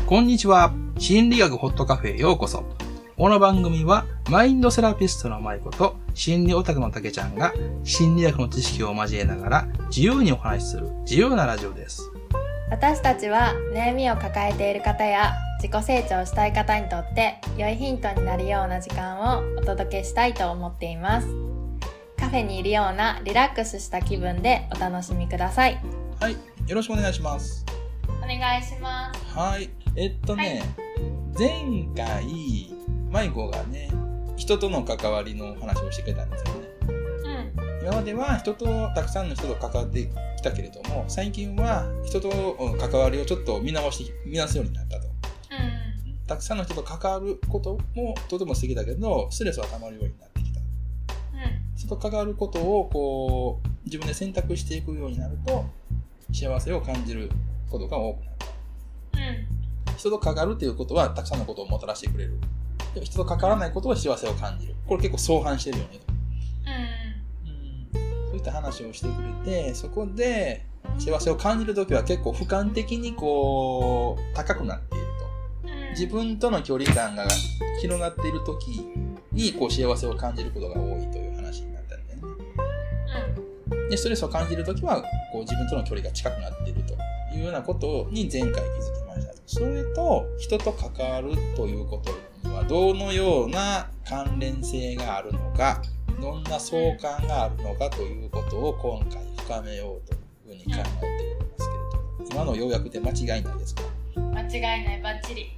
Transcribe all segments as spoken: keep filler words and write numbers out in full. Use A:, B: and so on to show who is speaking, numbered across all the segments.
A: こんにちは。心理学ホットカフェへようこそ。この番組はマインドセラピストのまいこと心理オタクのたけちゃんが心理学の知識を交えながら自由にお話しする自由なラジオです。
B: 私たちは悩みを抱えている方や自己成長したい方にとって良いヒントになるような時間をお届けしたいと思っています。カフェにいるようなリラックスした気分でお楽しみください。
A: はい、よろしくお願いします。
B: お願いします。
A: はい、えっとね、はい、前回マイコがね、人との関わりの話をしてくれたんですよね。うん。今までは人とたくさんの人と関わってきたけれども、最近は人と関わりをちょっと見直して見直すようになったと。うん。たくさんの人と関わることもとても素敵だけど、ストレスは溜まるようになってきた。うん。人と関わることをこう自分で選択していくようになると、幸せを感じることが多くなる。うん。人と関わるっていうことはたくさんのことをもたらしてくれる。人と関わらないことは幸せを感じる。これ結構相反してるよね。うんうん、そういった話をしてくれて、そこで幸せを感じるときは結構俯瞰的にこう高くなっていると。自分との距離感が広がっているときにこう幸せを感じることが多いという話になったんだよね。うん、でストレスを感じるときはこう自分との距離が近くなっているというようなことに前回気づきました。それと人と関わるということにはどのような関連性があるのか、どんな相関があるのかということを今回深めようというふうに考えておりますけれども、今の要約で間違いないですか？
B: 間違いない、バッチリ。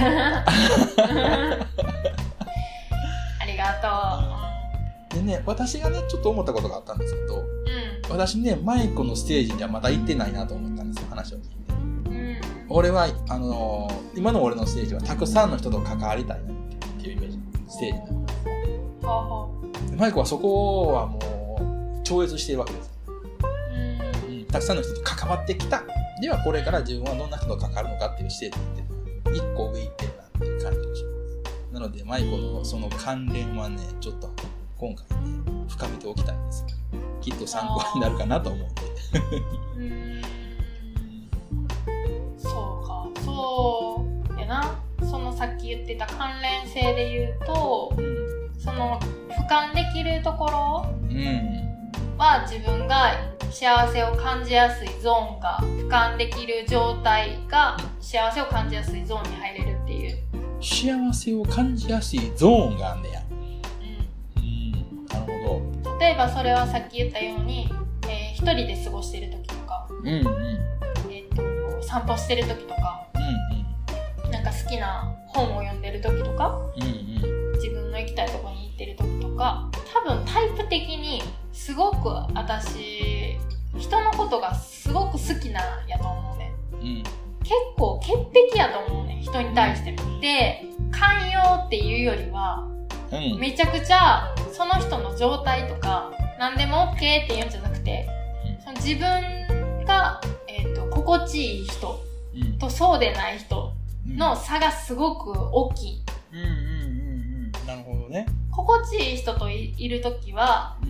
B: ありがとう。
A: でね、私がねちょっと思ったことがあったんですけど、うん、私ねマイコのステージにはまだ行ってないなと思ったんですよ、話を聞いて。俺はあのー、今の俺のステージはたくさんの人と関わりたいなっていうイメージ、ステージなんです。マイコはそこはもう超越しているわけです。うん、たくさんの人と関わってきた。ではこれから自分はどんな人と関わるのかっていうステージって一個上行ってるなっていう感じがします。なのでマイコのその関連はねちょっと今回ね深めておきたいんですよ。きっと参考になるかなと思うんで。
B: そうやな。そのさっき言ってた関連性で言うと、うん、その俯瞰できるところは自分が幸せを感じやすいゾーンが俯瞰できる状態が幸せを感じやすいゾーンに入れるっていう。
A: 幸せを感じやすいゾーンがあんねや。うん。うん。なるほ
B: ど。例えばそれはさっき言ったように、えー、一人で過ごしてる時とか、うんうん、えっと散歩してる時とか。なんか好きな本を読んでる時とか、うんうん、自分の行きたいとこに行ってる時とか、多分タイプ的にすごく私人のことがすごく好きなんやと思うね、うん、結構潔癖やと思うね、人に対しても。で、寛容っていうよりは、うん、めちゃくちゃその人の状態とか何でも OK って言うんじゃなくて、うん、その自分が、えーと、心地いい人とそうでない人の差がすごく大きい。
A: うんうんうんうん。なるほどね。
B: 心地いい人と い, いるときは、うん、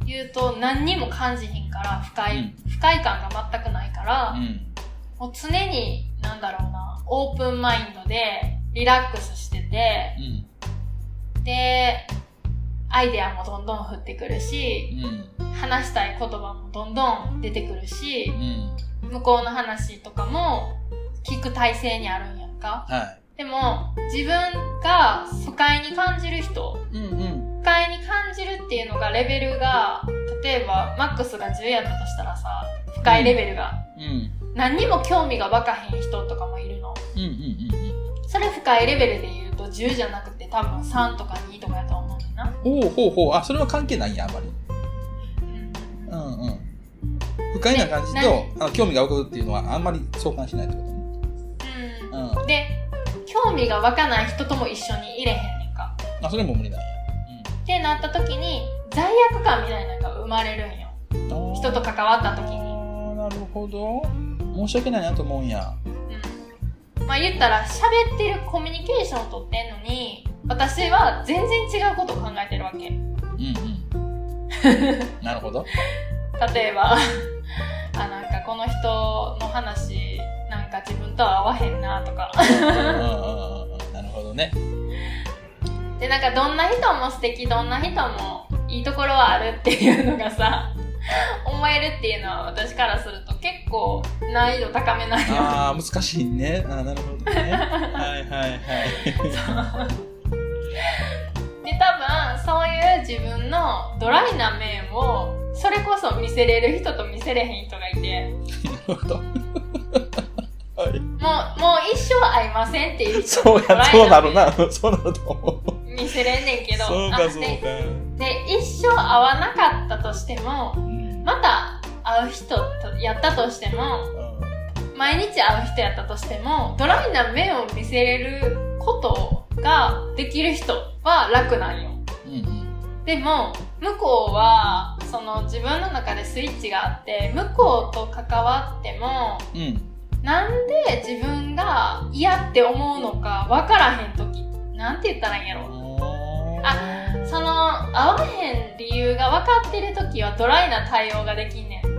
B: 言うと何にも感じひんから不快、うん、不快感が全くないから、うん、もう常になんだろうな、オープンマインドでリラックスしてて、うん、でアイデアもどんどん降ってくるし、うん、話したい言葉もどんどん出てくるし、うん、向こうの話とかも聞く体制にあるんやんか、はい、でも自分が不快に感じる人、うんうん、不快に感じるっていうのがレベルが例えばマックスがじゅうやったとしたらさ、不快レベルが、うんうん、何にも興味が湧かへん人とかもいるの、うんうんうんうん、それ不快レベルで言うとじゅうじゃなくて多分さんとかにとかやと思うねんな。
A: おおほうほう、あ、それは関係ないんや、あんまり、うん、うんうん、不快な感じとあの興味が湧くっていうのはあんまり相関しないってことね。
B: うん、で、興味が湧かない人とも一緒にいれへんねんか。
A: あ、それも無理なんや。
B: うん、ってなった時に罪悪感みたいなのが生まれるんよ。人と関わった時に。
A: あ、なるほど。申し訳ないなと思うんや。
B: うん。まあ言ったら喋ってるコミュニケーションを取ってんのに、私は全然違うことを考えてるわけ。うん
A: うん。なるほど。
B: 例えばあ、なんかこの人の話なんか自分とと合わへんなとか
A: なるほどね。
B: でなんかどんな人も素敵、どんな人もいいところはあるっていうのがさ思えるっていうのは私からすると結構難易度高めなんよ。
A: ああ難しいね。あなるほどね。はいはいはい
B: で多分そういう自分のドライな面をそれこそ見せれる人と見せれへん人がいて
A: なるほど、はい、
B: もうもう一生会いませんっていう人
A: そうやそうなるなそうなると思う。
B: 見せれんねんけど
A: そうかそうかで、
B: で一生会わなかったとしても、うん、また会う人とやったとしても、うん、毎日会う人やったとしてもドライな面を見せれることができる人は楽なんよ、うんうん、でも向こうはその自分の中でスイッチがあって向こうと関わっても、うん、なんで自分が嫌って思うのか分からへんときなんて言ったらいいんやろ。あ、その合わへん理由が分かってるときはドライな対応ができんねん、うん、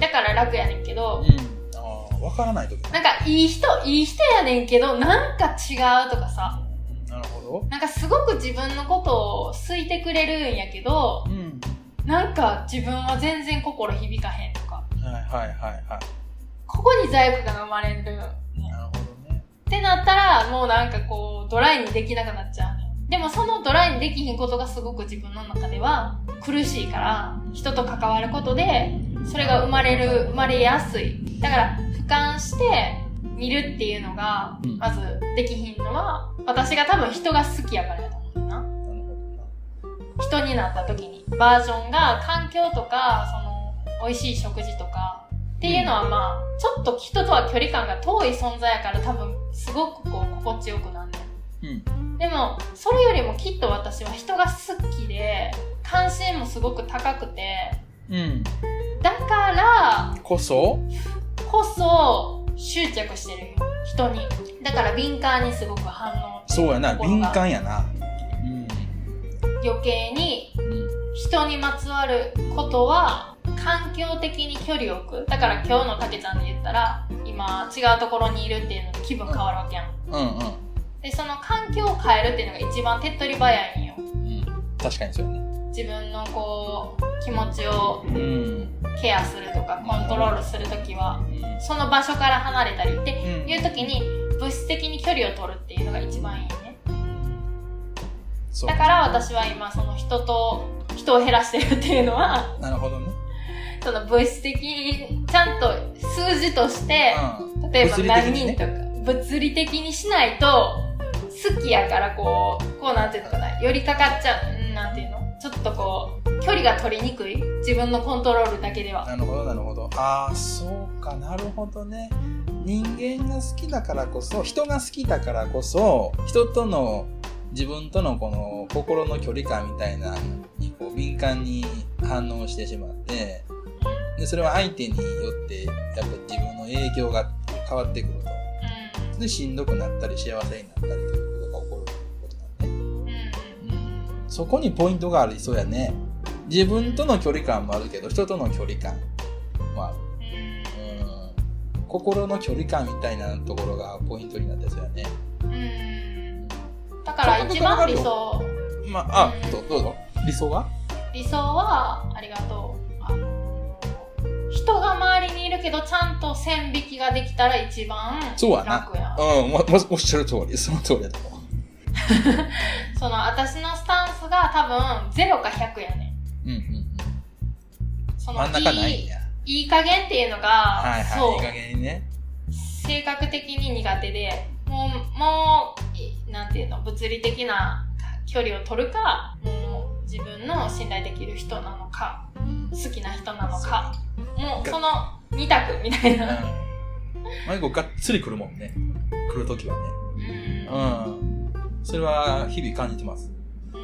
B: だから楽やねんけど、うん、
A: あ分からないとき
B: なんかいい人いい人やねんけどなんか違うとかさ、
A: なるほど、
B: なんかすごく自分のことを好いてくれるんやけど、うん、なんか自分は全然心響かへんとか、はい
A: はいはいはい、
B: ここに罪悪感が生まれる、なる
A: ほどね
B: ってなったらもうなんかこうドライにできなくなっちゃうね。でもそのドライにできひんことがすごく自分の中では苦しいから人と関わることでそれが生まれる生まれやすい。だから俯瞰して見るっていうのがまずできひんのは私が多分人が好きやからやと思うな。人になった時にバージョンが環境とかその美味しい食事とかっていうのはまあちょっと人とは距離感が遠い存在やから多分すごくこう心地よくなんねん、うん、でもそれよりもきっと私は人が好きで関心もすごく高くて、うん、だから
A: こそ
B: こそ執着してるよ人に。だから敏感にすごく反応。
A: そうやな、敏感やな、
B: うん、余計に人にまつわることは環境的に距離を置く。だから今日のたけちゃんで言ったら今違うところにいるっていうので気分変わるわけやん、うんうんうん、でその環境を変えるっていうのが一番手っ取り早いんよ、うん、
A: 確かにそうやね。
B: 自分のこう気持ちをケアするとかコントロールするときは、うん、その場所から離れたりっていうときに物質的に距離を取るっていうのが一番いいね、うん、だから私は今その人と人を減らしてるっていうのは
A: なるほどね。
B: その物質的にちゃんと数字として、うん、例えば何人とか物理的にしないと好きやからこうこうなんていうのかな寄りかかっちゃう、なんていうのちょっとこう距離が取りにくい自分のコントロールだけでは。
A: なるほどなるほど。ああそうか、なるほどね。人間が好きだからこそ人が好きだからこそ人との自分とのこの心の距離感みたいなにこう敏感に反応してしまって、でそれは相手によってやっぱり自分の影響が変わってくると、うん、でしんどくなったり幸せになったりということが起こることなんね、うんうん、そこにポイントがありそうやね。自分との距離感もあるけど人との距離感もある、うん、心の距離感みたいなところがポイントになってそうやね、
B: うん、だから一番理想
A: まあ、あ、うん、ど, どうぞ理想は
B: 理想はありがとう人が周りにいるけどちゃんと線引きができたら一番楽や。
A: そうやな。うん、ま、ま、おっしゃる通り、その通りだと思う。
B: その私のスタンスが多分ゼロかひゃくやね。うんうんうん。その
A: 真ん中ないんや。
B: いい加減っていうのが、
A: はいはい、そういい加減にね。
B: 性格的に苦手で、もうもうなんていうの物理的な距離を取るか、もう自分の信頼できる人なのか。好きな人なのかもうその二択みたいな、うん、
A: マイコがっつり来るもんね。来るときはね、うん、うん、それは日々感じてます、うんうん、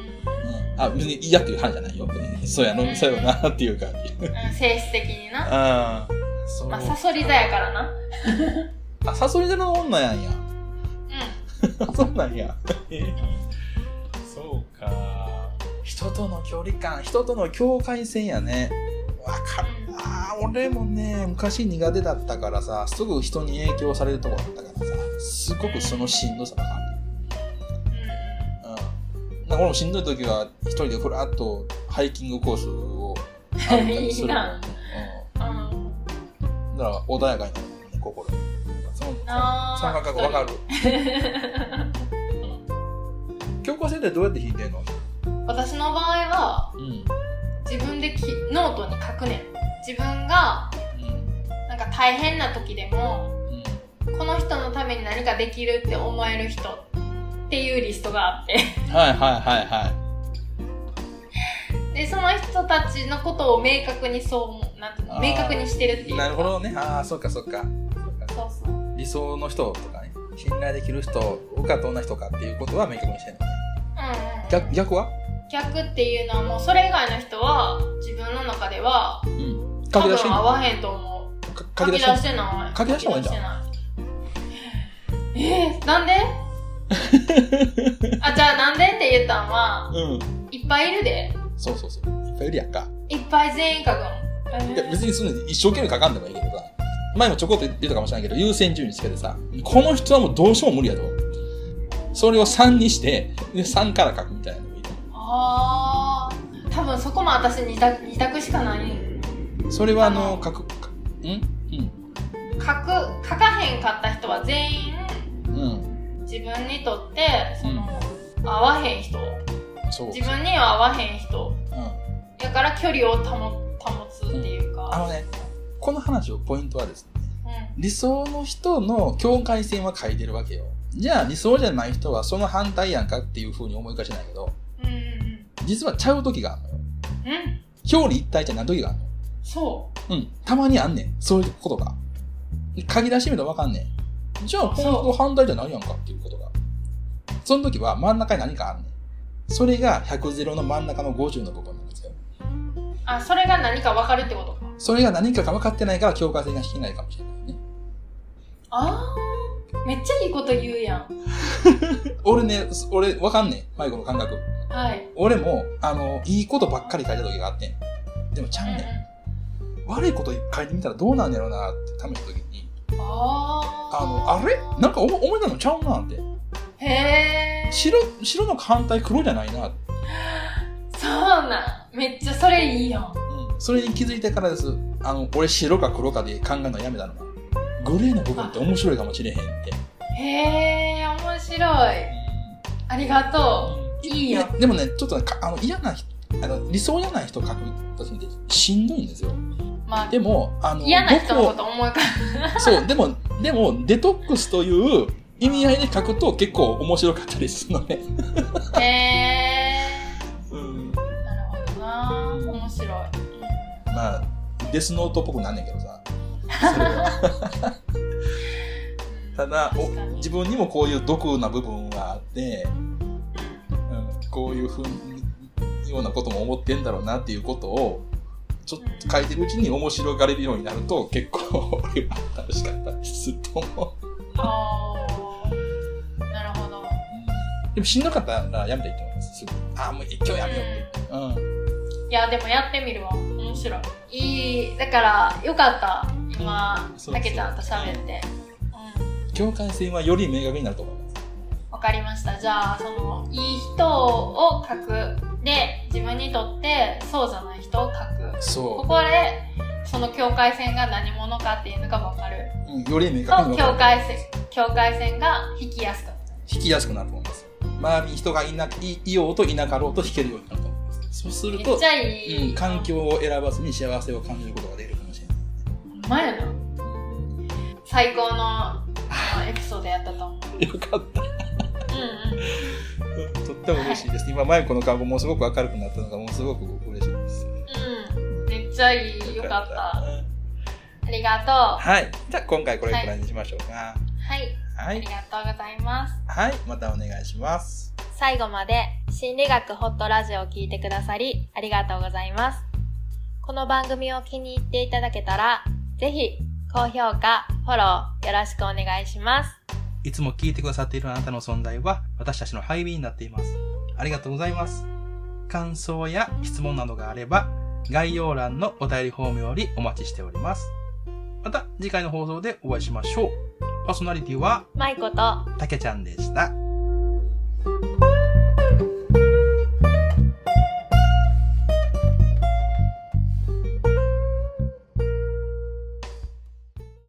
A: あ別に嫌っていう話じゃないよ、そうやの、うん、そうやろなっていう感じ、うん、
B: 性質的にな、うん、そうまあサソリ座やからな
A: あサソリ座の女やんや、うんそうなんやそうか、人との距離感、人との境界線やね。 わかるな、うん、俺もね昔苦手だったからさ、すぐ人に影響されるとこだったからさ、すごくそのしんどさがある。うん。なんか俺もしんどい時は一人でふらっとハイキングコースを歩いたりする。いいな。うん。だから穏やかになるね、心。そのその感覚わかる。教科書ってどうやって弾いてんの？
B: 私の場合は、うん、自分できノートに書くねん。自分が、うん、なんか大変な時でも、うん、この人のために何かできるって思える人っていうリストがあって
A: はいはいはいはい
B: でその人たちのことを明確にそうなんていうの明確にしてるっていうか。
A: なるほどね。ああ、そっかそっか。
B: そうそう。
A: 理想の人とかね、信頼できる人がどんな人かっていうことは明確にしてるのね。うんうん。逆逆は？
B: 逆っていうのはもうそれ以外の人は自分の中では、うん、多分合わへんと思う。書き出してない。
A: 書き出した方がいいんじゃん。
B: えー、なんであ、じゃあなんでって言ったんは、うん、いっぱいいるで。
A: そうそうそう。いっぱいいるやんか。
B: いっぱい全員書くの。
A: えー、いや別にその一生懸命書かんでもいいけどさ。前もちょこっと言ったかもしれないけど、優先順位つけてさ、この人はもうどうしようも無理やと。それをさんにして、でさんから書くみたいなのがいいと。
B: あー、多分そこも私に択、に択しかない。
A: それはあの、書く、んうん。
B: 書く、書かへんかった人は全員、うん、自分にとって、その、うん、合わへん人。そう。自分には合わへん人。うん。やから距離を保、保つっていうか。
A: うん、あのね、この話をポイントはですね、うん、理想の人の境界線は書いてるわけよ。じゃあ理想じゃない人はその反対やんかっていう風に思いがちないけど、うんうんうん、実はちゃう時があるのよ。うん、表裏一体じゃない時があるの。
B: そう。
A: うん。たまにあんねん。そういうことが。書き出してみるとわかんねん。じゃあこの人反対じゃないやんかっていうことが。その時は真ん中に何かあんねん。それがひゃくゼロの真ん中のごじゅうの部分なんですよ。
B: あ、それが何かわかるってことか。
A: それが何かが分かってないから境界線が引けないかもしれないね。
B: あー、めっちゃいいこと言うやん。
A: 俺ね、俺分かんねん、マイコの感覚。
B: はい。
A: 俺も、あの、いいことばっかり書いた時があってん。でもちゃうねん。うんうん、悪いこと書いてみたらどうなんやろうなって試した時に、あー。あの、あれなんか思い出のちゃうなって。
B: へー。
A: 白、白の反対黒じゃないなって。
B: そうなん。めっちゃそれいいやん。
A: それに気づいてからです。あの、俺白か黒かで考えるのやめたの。グレーの部分って面白いかもしれへんって。
B: へー、面白い。ありがとう。いいよ。
A: でもね、ちょっと、ね、あの嫌な人、あの理想じゃない人を書くときってしんどいんですよ。まあ、でも、あの、
B: 嫌な人のこと思いか
A: そう、でも、でも、デトックスという意味合いで書くと結構面白かったりするのね。
B: へー。うん。なるほどな。面白い。
A: まあ、デスノートっぽくなんねんけどさ。ただお、自分にもこういう毒な部分があって、うん、こういうふうにようなことも思ってんだろうなっていうことをちょっと書いてるうちに面白がれるようになると結構俺は楽しかったりすると思う。
B: あー、なるほど、うん。
A: でもしんどかったらやめたらいいと思います。すぐ。あーもう今日やめようって。
B: うん。いやでもやってみるわ。面白い。いい。だからよかった。今たけちゃんと喋って。
A: うん。境界線はより明確になると思います。
B: わかりました。じゃあそのいい人を書くで自分にとってそうじゃない人を書く。そう。ここでその境界線が何者かっていうのがわかる。
A: うん。より明確にわかる。
B: 境界線境界線が引きやすくなる。
A: 引きやすくなると思います。周りに人がいな、い、いようといなかろうと引けるようになると思います。そうすると、
B: めっちゃいい、
A: うん、環境を選ばずに幸せを感じることができるかもしれない。
B: ほんまやな。最高のエピソードやったと思う。
A: よかった。うんうん。とっても嬉しいです。はい、今、マイコの顔もすごく明るくなったのがもうすごく嬉しいです。
B: うん。めっちゃいい。よかった。ありがとう。
A: はい。じゃあ今回これくらいにしましょうか。
B: はい。はい。ありがとうございます。
A: はい。またお願いします。
B: 最後まで心理学ホットラジオを聞いてくださりありがとうございます。この番組を気に入っていただけたら、ぜひ高評価、フォローよろしくお願いします。
A: いつも聞いてくださっているあなたの存在は私たちの励みになっています。ありがとうございます。感想や質問などがあれば、 概要欄のお便りフォームよりお待ちしております。また次回の放送でお会いしましょう。パーソナリティは
B: まいこと
A: たけちゃんでした。